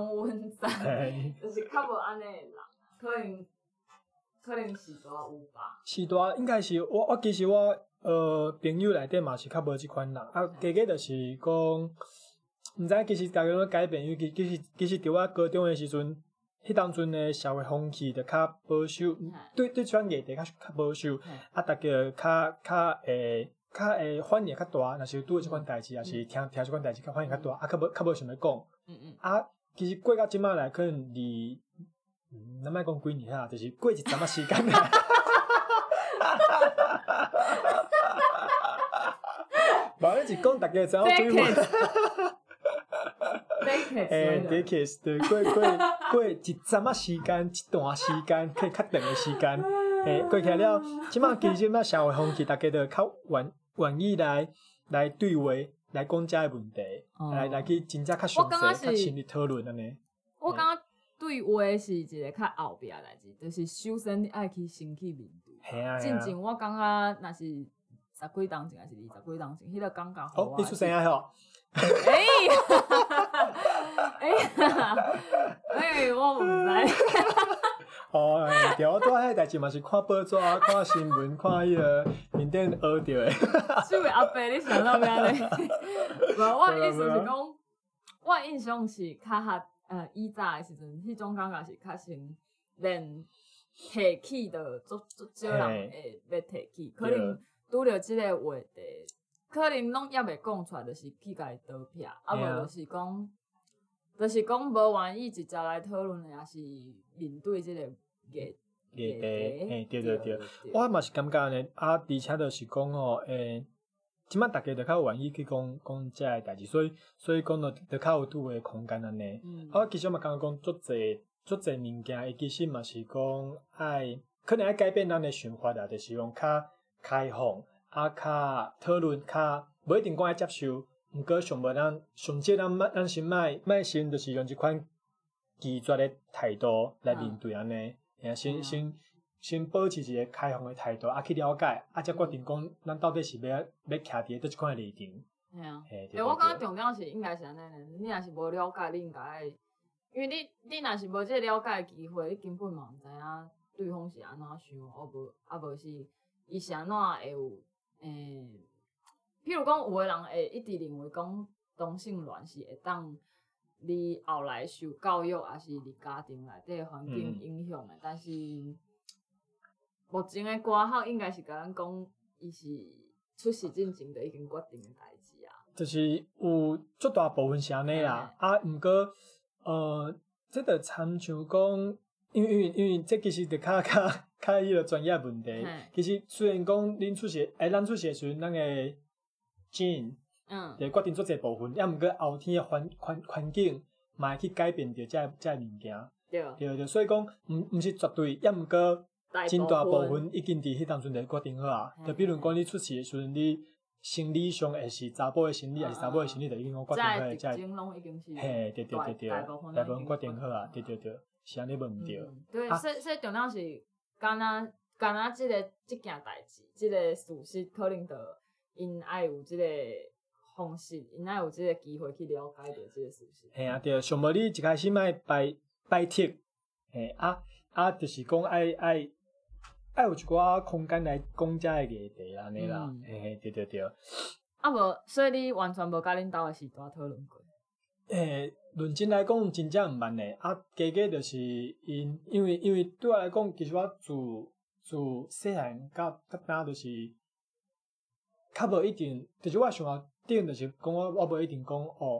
就是较无安尼的人，可能时代有吧。 时代应该是我其实我朋友内底嘛是较无即款人，加就是讲，毋知其实大家拢改变，因为其实伫我高中的时阵，迄当阵的社会风气就较保守，对即款议题较保守，大家较会反应较大，若是拄着即款代志，也是听即款代志较反应较大，较无想要讲。其实过到即摆来，可能咱莫讲几年啊，就是过一阵仔时间啦。无你是讲大家知影对嘛？decades 对，过一阵仔时间，一段时间，可以较长的时间，过起来了，即摆其实即摆社会风气，大家就较愿意来对话，来讲遮个问题，来去真正较详细、较深入讨论安尼。 我感觉对话是一个较后壁的代志，就是首先你爱去先去面对。进前我感觉若是10几当前还是20几当前，迄个感觉好你出生啊吼？ 我毋知。 对，我拄仔迄代志嘛是看报纸、看新闻、看迄个面顶学着的。 这位阿伯，你想到咩咧？无，我意思是讲，我印象是较以早的时阵，迄种感觉是较先连提起的，足少人会要提起，可能拄着即个话题，可能拢也袂讲出来，就是去家己倒撇，无就是讲无愿意直接来讨论的，也是面对即个议题。 对，我嘛是感觉呢，而且就是讲吼，即摆大家就较愿意去讲遮个代志，所以讲就较有拄个空间安尼。其实我嘛感觉讲足侪物件，伊其实嘛是讲可能爱改变咱的想法啊，就是讲较开放，较讨论，无一定讲爱接受，毋过上无上少咱先莫先就是用一款拒绝的态度来面对安尼，先保持一个开放的态度，去了解，才决定讲咱到底是要徛伫倒一款立场。 对，我感觉重点是应该是安尼呢。你若是无了解，你应该，因为你若是无这个了解的机会，你根本嘛毋知影对方是安怎想，无是伊是安怎会有譬如讲有个人会一直认为讲同性恋是会当你后来受教育，还是你家庭内底环境影响的，但是目前的歌手应该是甲咱讲，伊是出世进前就已经决定的代志啊。 就是有足大部分是安尼啦，毋过这就参像讲，因为这其实就较迄个专业问题。其实虽然讲咱出世的时阵，咱的gene，就决定足侪部分，也毋过后天的环境嘛会去改变着遮物件。对，所以讲毋是绝对，也毋过真大部分已经伫迄当阵就决定好啊。就比如讲你出世的时阵，你生理上会是查甫的生理，还是查某的生理，就已经讲决定好。 在特征拢已经是对，大部分决定好啊。对，是安尼无毋对。 对，所以重要是敢若即件代志，即个事实可能就因爱有即个方式，因爱有即个机会去了解到即个事实。 对，上无你一开始莫摆剔，就是讲爱有一寡空间来讲遮个议题安尼啦。对。 无，所以你完全无甲恁兜的时代讨论过。 认真来讲，真正毋捌诶。加就是因为对我来讲，其实我自细汉到大就是较无一定，就是我想顶就是讲我无一定讲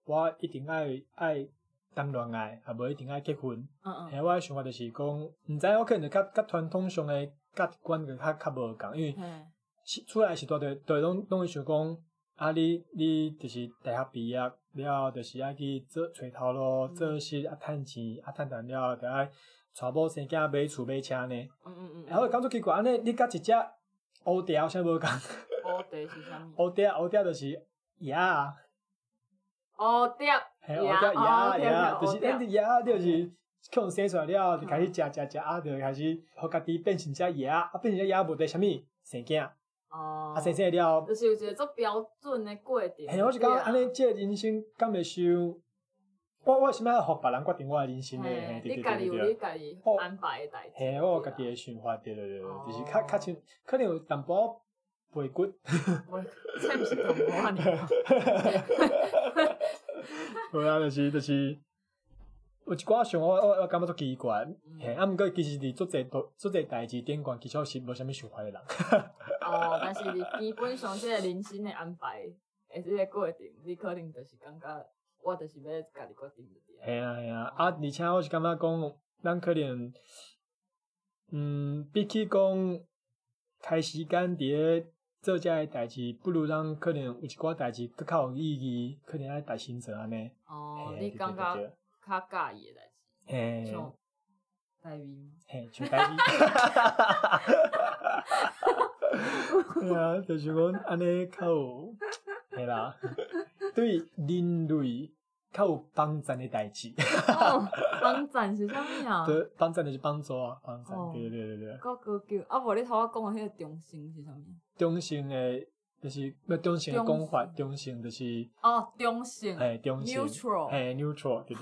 我一定爱谈恋爱，也无一定爱结婚。嘿，我想法就是讲，毋知我可能较传统上诶价值观个较无共，因为出来时代就拢会想讲，啊你就是大学毕业了，就是爱去找头路，做事趁钱，趁赚了，就爱娶某生囝买厝买车呢。然后感觉奇怪，安尼你甲一只乌蝶有啥无共？ 乌蝶是啥物？ 乌蝶就是野啊。 乌蝶， 嘿，乌蝶野，就是咱只野，就是可生出来了，就开始食，就开始互家己变成只野，变成只野无得啥物生囝。生了， 就是有一个足标准的过程。 嘿，我是感觉安尼，即个人生敢袂伤。我是要互别人决定我的人生嘞。 你家己有你家己安排的代志。 嘿，我有家己的想法，对，就是较像，可能有淡薄背骨。 这毋是同我安尼。 对啊，就是有一寡想我感觉足奇怪，嘿，毋过其实伫足侪代志顶悬，其实我是无啥物想法的人。 但是你基本上即个人生的安排，诶，即个过程，你可能就是感觉，我就是要家己决定的。 嘿啊，而且我是感觉讲，咱可能，比起讲开时间伫咧做遮个代志，不如咱可能有一寡代志更较有意义，可能爱带心做安尼。 你感觉较介意的代志，像台语。 嘿，像台语。对啊，就是讲安尼较有，嘿啦，对人类较有帮助的代志。 帮助是啥物啊？ 对，帮助就是帮助啊，帮助。对。 够高级，无你头我讲的迄个中性是啥物？ 中性的，就是中性的讲法，中性就是。 中性。 嘿，中性。 neutral。 嘿 ，neutral，对。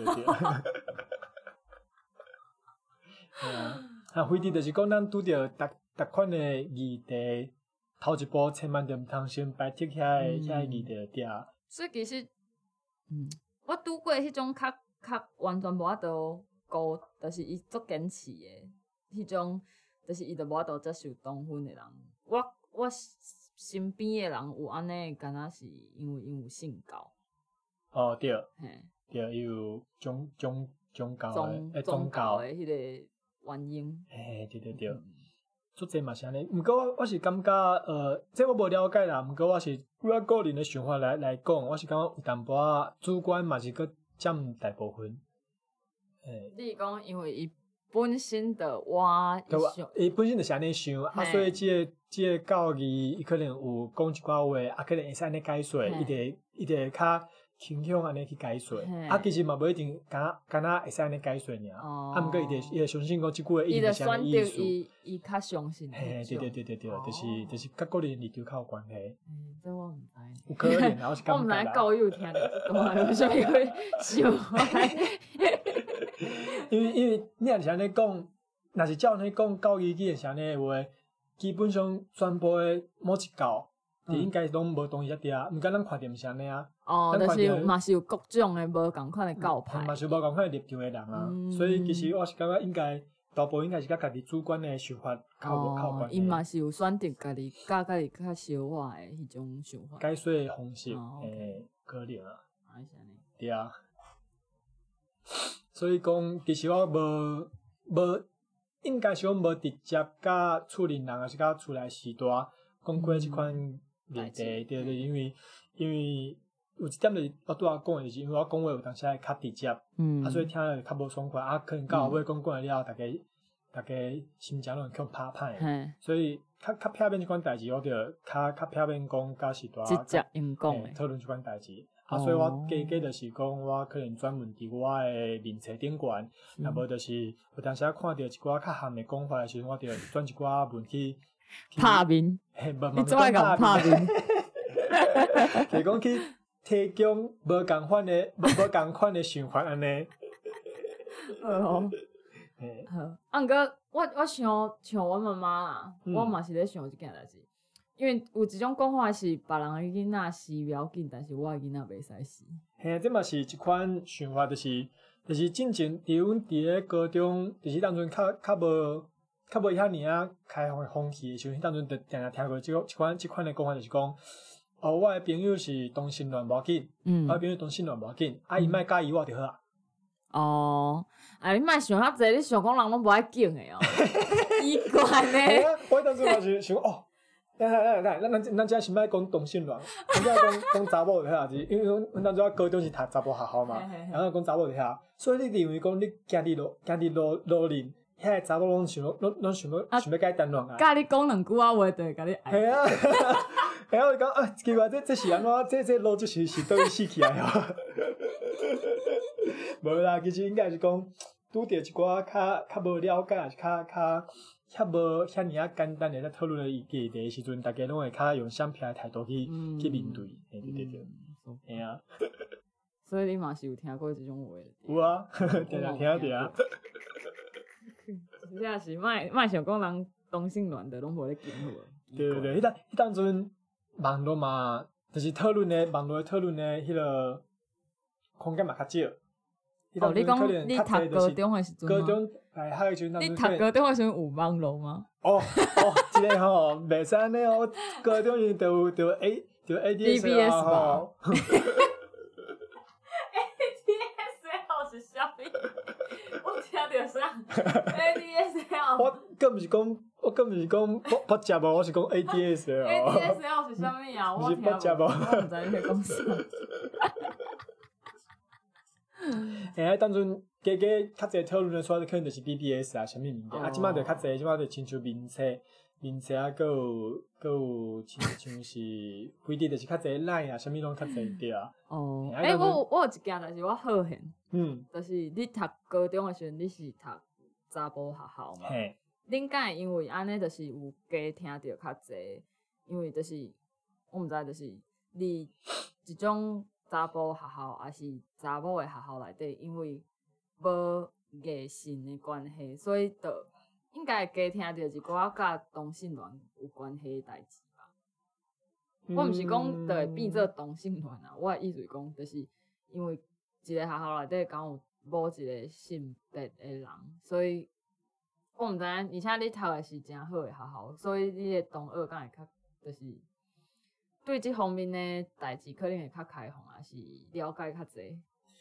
非得就是讲，咱拄着逐款的议题，头一步千万着毋通先摆脱遐议题遐。 所以其实，我拄过迄种较完全无法度顾，就是伊足坚持的迄种，就是伊就无法度接受同婚的人。我身边的人有安尼，敢若是因为有性交。 对，伊有宗教的迄个原因。 嘿，对。足侪嘛是安尼，毋过我是感觉，这我无了解啦。毋过我个人的想法来讲，我是感觉有淡薄仔主观嘛是佫占大部分。 你是讲因为伊本身的我伊本身就是安尼想，所以即个教义伊可能有讲一寡话，可能会使安尼解说，伊就较倾向安尼去解说，其实嘛无一定敢若会使安尼解说尔，毋过伊就相信讲即句话一定是安尼意思。 伊较相信。 嘿，对，就是甲个人立场较有关系。 这我毋知。 有可能，我是感觉啦。 我毋知教友听着这段有啥物会想法。 因为你若是安尼讲，若是照安尼讲教义既然是安尼的话，基本上全部的某一教，就应该拢无同意一点，毋敢咱看着毋是安尼啊。 就是嘛是有各种的无共款的教派， 嘛是无共款的立场的人啊。所以其实我是感觉应该大部分应该是甲家己主观的想法较有关系。 因嘛是有选择家己较小我的迄种想法。 解说的方式，可能啊。对啊。所以讲，其实我无应该是讲无直接甲厝里人，还是甲厝内时代讲过即款问题，对，因为有一点就是我拄仔讲的，就是因为我讲话有当时会较直接，所以听了较无爽快，可能到后尾讲过了，大家心情拢较歹歹，所以较片面即款代志，我着较片面讲，甲时代直接用讲的讨论即款代志。所以我加就是讲，我可能专门伫我的面册顶悬，若无就是有当时看到一寡较含的讲法的时阵，我着转一寡文去拍面，你做爱讲拍面， 就是讲去提供无共款的想法安尼。 好，毋过我想像我妈妈啦，我嘛是咧想即件代志。因为有一种讲法是别人的囡仔死袂要紧，但是我的囡仔袂使死。 嘿，这嘛是一款想法，就是进前伫阮伫咧高中，就是当阵较无遐尔开放的风气的时候，当阵就定定听过即款的讲法，就是讲， 我的朋友是同性恋无要紧，我的朋友同性恋无要紧，伊莫介意我就好啊。 哦，你莫想遐济，你想讲人拢无爱敬的哦，奇怪呢。 我当初嘛是想来，咱遮是莫讲同性恋，咱讲查某就遐子，因为阮当初高中是读查甫学校嘛，然后讲查某就遐，所以你认为讲你行伫路林，遐个查某拢想要甲伊谈恋爱。 甲你讲两句啊话，就会甲你爱。 系啊，然后就讲奇怪，这是安怎？这路就是倒去死起来哦。无啦，其实应该是讲拄着一寡较无了解，还是较无遐尔啊简单的咧讨论的议题的时阵，大家拢会较用相平的态度去面对，对，嘿啊。 所以你嘛是有听过这种话？ 有啊，定定啊。 真正是莫想讲人同性恋的拢无咧经过。 对，迄当阵网络嘛，就是讨论的网络讨论的迄个空间嘛较少。 你讲你读高中的时阵吗？ 高中来海的时阵， 你读高中的时阵有网络吗？ 这个吼，袂使安尼哦。高中时就 ADSL 吼。 ADSL 是啥物？我听着啥 ？ADSL。 我更毋是讲不接无，我是讲 ADSL。 ADSL 是啥物啊？ 我是不接无，我毋知你在讲啥。 当阵较侪讨论的说可能就是 BBS 啊，啥物物件即摆就较侪，即摆就亲像面册啊，搁有亲像是规定就是较侪 Line 啊，啥物拢较侪对啊。 我有一件代志我好恨，就是你读高中的时阵，你是读查甫学校嘛？恁敢会因为安尼，就是有加听着较侪，因为就是我毋知，就是你一种。查甫学校还是查某的学校内底，因为无艺性的关系，所以就应该加听到一寡甲同性恋有关系的代志吧。我毋是讲就会变做同性恋啊，我的意思是讲，就是因为一个学校内底刚有某一个性别的人，所以我毋知影，而且你读的是真好的学校，所以你的同学敢会较就是。对这方面的代志可能会较开放，还是了解较侪？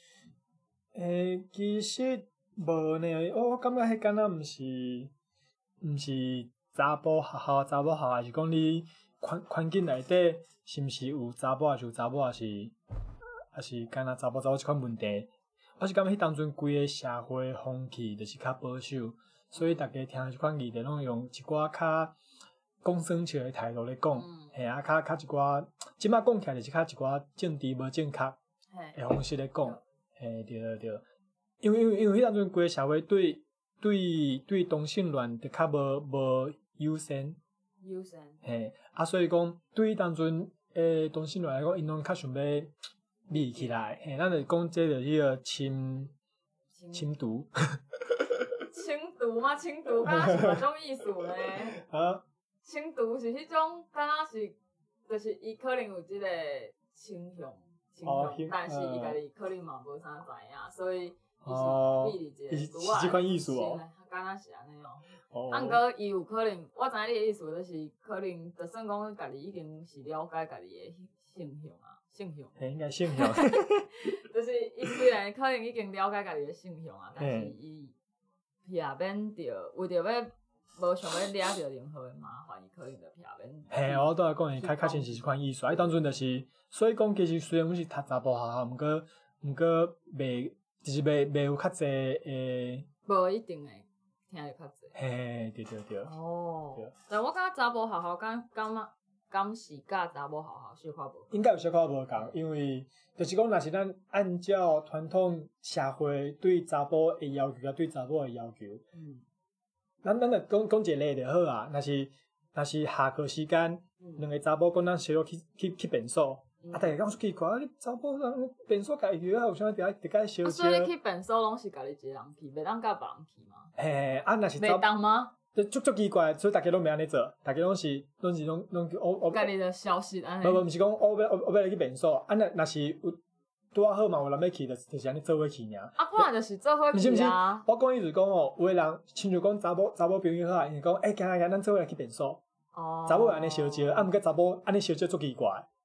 其实无呢，我感觉迄敢若毋是查甫学校，还是讲你环境内底是毋是有查甫，还是有查某，还是敢若查甫即款问题？我是感觉迄当阵规个社会风气就是较保守，所以大家听即款议题拢用一寡较。讲生笑的态度咧讲，较一寡，即摆讲起来就是较一寡政治无正确的方式咧讲，对，因为迄当阵规个社会对同性恋就较无优先，所以讲对当阵同性恋来讲，因拢较想要立起来，咱就讲这就是迄个清毒， 清毒吗？清毒敢若是哪种意思咧？清毒是迄种，敢若是，就是伊可能有即个倾向，但是伊家己可能嘛无啥知影，所以伊是闭伫一个毒啊， 是即款意思哦。 敢若是安尼哦。毋过伊有可能，我知影你的意思就是可能，就算讲家己已经是了解家己的性向。 应该性向。 就是伊虽然可能已经了解家己的性向啊，但是伊避免着为着要。无想要惹着任何的麻烦，伊可能就避免。 我倒来讲，较真是即款意思。当阵就是，所以讲其实虽然阮是读查甫学校，毋过袂就是袂有较济诶。 无一定会听着较济。 对。 哦。但我感觉查甫学校敢是甲查某学校小可无？ 应该有小可无共，因为就是讲，若是咱按照传统社会对查甫的要求，甲对查某的要求。咱就讲一个例就好啊。若是下课时间，两个查某讲咱小去便所，大家讲出去看，你查某人便所家己去啊，有啥伫甲小。 所以你去便所拢是家己一个人去，袂当甲别人去吗？ 若是袂当吗？ 足奇怪，所以大家拢袂安尼做，大家拢是我家己的消息安尼。 毋是讲我要来去便所，若是有。拄啊好嘛，有人要去，就是安尼做伙去尔。 不然就是做伙去啊。 我讲意思讲有个人亲像讲查某朋友好，因为讲行，咱做伙来去便所。查某会安尼烧招，毋过查某安尼烧招足奇怪。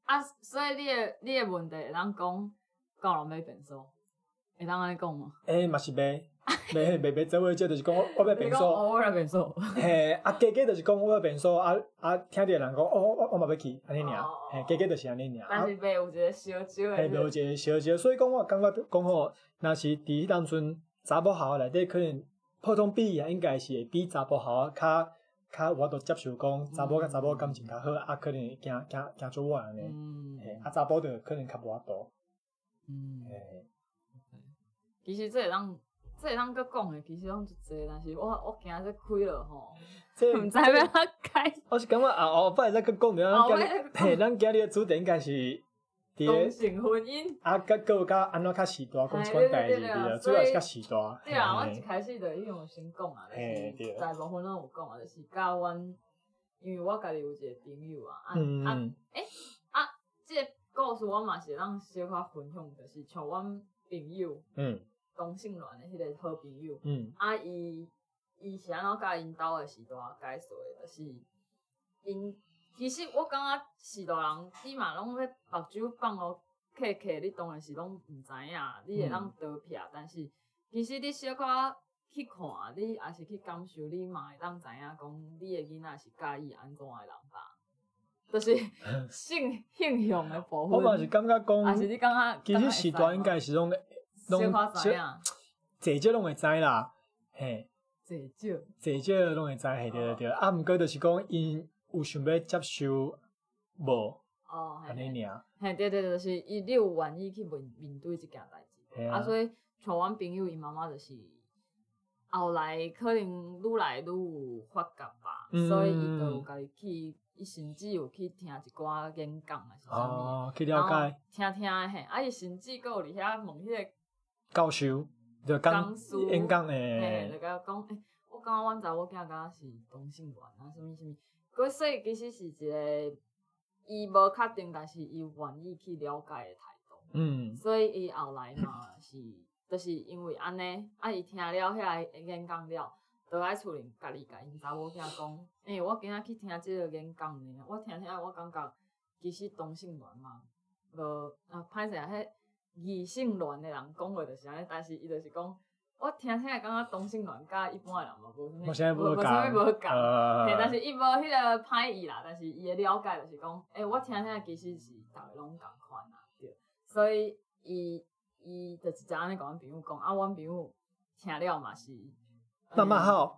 啊，所以你的问题会当讲到人买便所，会当安尼讲吗？ 嘛是袂做伙，即就是讲我要便所。 我要便所。 嘿，加就是讲我要便所，听到人讲我嘛要去，安尼尔。嘿，加就是安尼尔。 但是袂有一个烧酒的。 嘿，袂有一个烧酒，所以讲我感觉讲吼，若是伫迄当阵查某校内底可能普通比啊，应该是会比查甫校较我都接受讲查某甲查某感情较好，可能会行做我安尼。嘿，查甫就可能较无法度。嘿。 其实这会当搁讲的，其实拢足济，但是我惊这开了吼，毋知要怎开。 我是感觉后摆再搁讲着，咱今日的主题应该是同性婚姻。 甲有甲安怎较时代讲即款代志对，主要是较时代。 对啊，我一开始就已经有先讲啊，就是在部分拢有讲啊，就是甲阮，因为我家己有一个朋友啊，即个故事我嘛是当小可分享，就是像阮朋友。同性恋的迄个好朋友，伊是安怎甲因兜的时代解说的，就是因其实我感觉时代人你嘛拢要目睭放互客，你当然是拢毋知影，你会当得撇，但是其实你小可去看，你也是去感受，你嘛会当知影讲你的囡仔是介意安怎的人吧，就是性向的部分。 我嘛是感觉讲， 还是你感觉其实时代应该是拢。 小可知影， 侪少拢会知啦，嘿，侪少拢会知，嘿对。毋过就是讲因有想要接受无，安尼尔。 嘿对，就是你有愿意去面对即件代志，所以像阮朋友因妈妈就是后来可能愈来愈有发觉吧，所以伊就有家己去，伊甚至有去听一寡演讲啊是啥物， 去了解， 听嘿，伊甚至佫有伫遐问迄个。 教授就讲演讲诶，就甲讲我感觉阮查某囝敢是同性恋啊，啥物，佮所以其实是一个伊无确定，但是伊愿意去了解的态度。所以伊后来嘛是，就是因为安尼，伊听了遐个演讲了，倒来厝里家己甲因查某囝讲，我今仔去听即个演讲呢，我听我感觉其实同性恋嘛，歹势啊，迄。异性恋的人讲话就是安尼，但是伊就是讲，我听感觉同性恋甲一般的人嘛无啥物无共，但是伊无迄个歹意啦，但是伊的了解就是讲，我听其实是逐个拢共款啦，对，所以伊就直接安尼甲阮朋友讲，阮朋友听了嘛是， 那么好。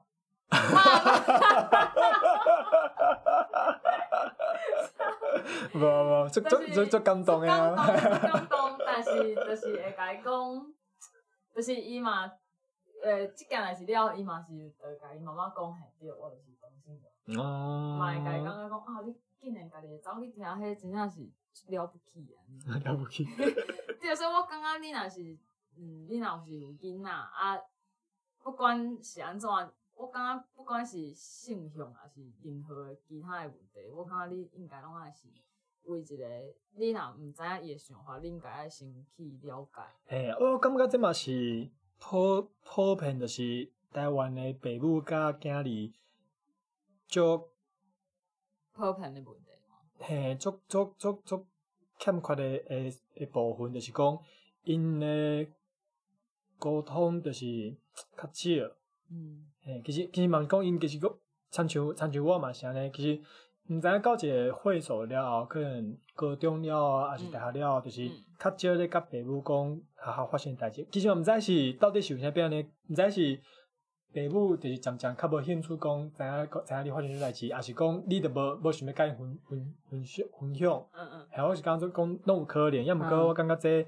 无，足感动诶啊！ 感动，但是就是会甲伊讲，就是伊嘛，即件代志了，伊嘛是就甲伊妈妈讲，嘿，对，我就是同性恋。嘛会甲伊感觉讲，你竟然家己会走去听，迄真正是了不起啊！ 了不起。 对，所以我感觉你若是，你若是有囡仔不管是安怎。我感觉不管是性向还是任何其他的问题，我感觉你应该拢爱是为一个你若毋知影伊的想法，你应该爱先去了解。 嘿，我感觉这嘛是普遍，就是台湾的父母甲囝儿足普遍的问题嘛。 嘿，足欠缺的部分，就是讲因的沟通就是较少。嘿，其实嘛是讲因其实个亲像我嘛是安尼，其实毋知影到一个会所了后，可能高中了后，还是大学了后，就是较少咧甲父母讲学校发生代志。其实嘛毋知是到底是有啥变呢？毋知是父母就是渐渐较无兴趣讲，知影你发生啥代志，还是讲你就无想要甲因分享。嘿，我是讲做讲拢有可能，要毋过我感觉这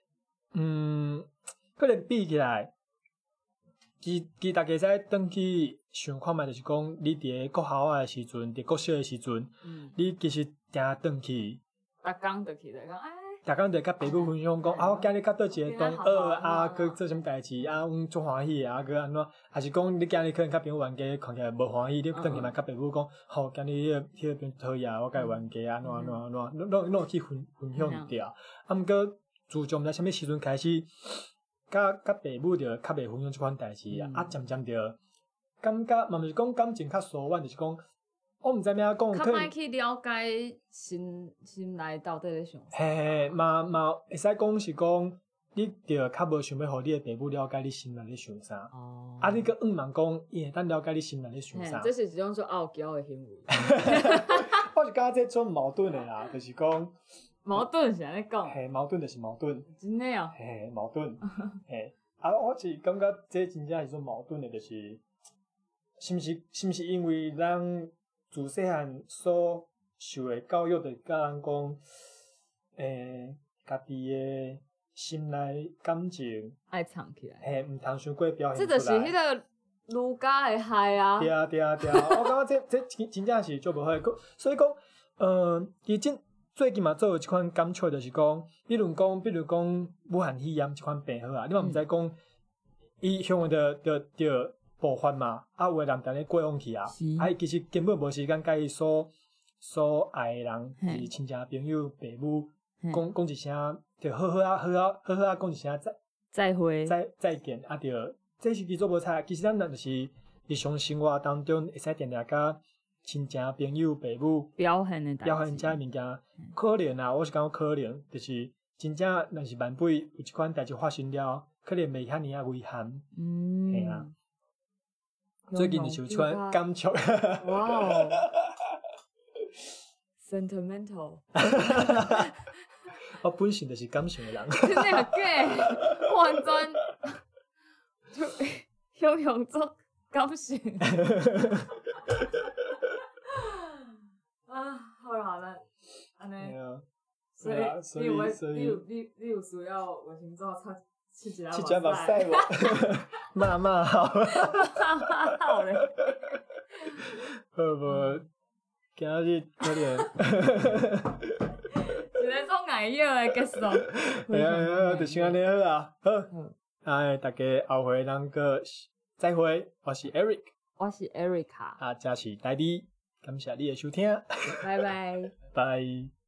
可能比起来。其大家使转去想看觅，就是讲你伫个国校的时阵，伫国小的时阵，你其实定转去， 逐工就去来讲， 逐工就甲父母分享讲，我今日甲倒一个同学佮做啥物代志，阮足欢喜佮安怎，还是讲你今日可能甲朋友冤家看起来无欢喜，你转去嘛甲父母讲，好，今日迄个边讨厌，我甲伊冤家安怎，拢去分享掉。毋过自从毋知啥物时阵开始。甲父母着较袂分享即款代志渐渐着感觉嘛，毋是讲感情较疏远，就是讲我毋知影讲， 较歹去了解心内到底咧想啥。 嘿，嘛会使讲是讲，你着较无想要互你诶爸母了解你心内咧想啥。哦。啊，你个问讲，伊会当了解你心内咧想啥？ 这是一种做傲娇诶行为。 我是感觉这种矛盾诶啦，就是讲。 矛盾是安尼讲。 嘿，矛盾就是矛盾。 真诶哦。 嘿，矛盾。嘿，啊，我是感觉这真正是种矛盾诶，就是是毋是因为咱自细汉所受诶教育，就教人讲，家己诶心内感情爱藏起来。 嘿，毋通伤过表现出来。这就是迄个儒家诶害啊。 对，我感觉这真正是做无好。所以讲，其实最近嘛做有一款感触，就是讲，比如讲武汉肺炎一款病好啊，你嘛毋知讲，伊向为着爆发嘛，啊有诶人等咧过往去啊，啊其实根本无时间甲伊所爱诶人，是亲戚朋友、爸母，讲一声，着好好啊讲一声再会再见，啊着这是其实做无差，其实咱就是日常生活当中会使定定甲亲戚朋友、爸母表现这物件，可能啊，我是感觉可能，就是真正若是万倍有一款代志发生了，可能袂遐尔啊危险，嘿啊。最近就是有一款感触。 哇哦 ，sentimental。 我本身就是感性的人。 真的假？完全用作感性。啊，好了，安尼。所以你有需要我先做去一下目屎无？骂好。 骂好咧。 好无？今日可能。 一个种硬药的结束。 就是安尼好啊。好，大家后回咱个再会。我是 Eric， 我是 Erica， 这是台弟，感谢你的收听。 拜拜。 拜。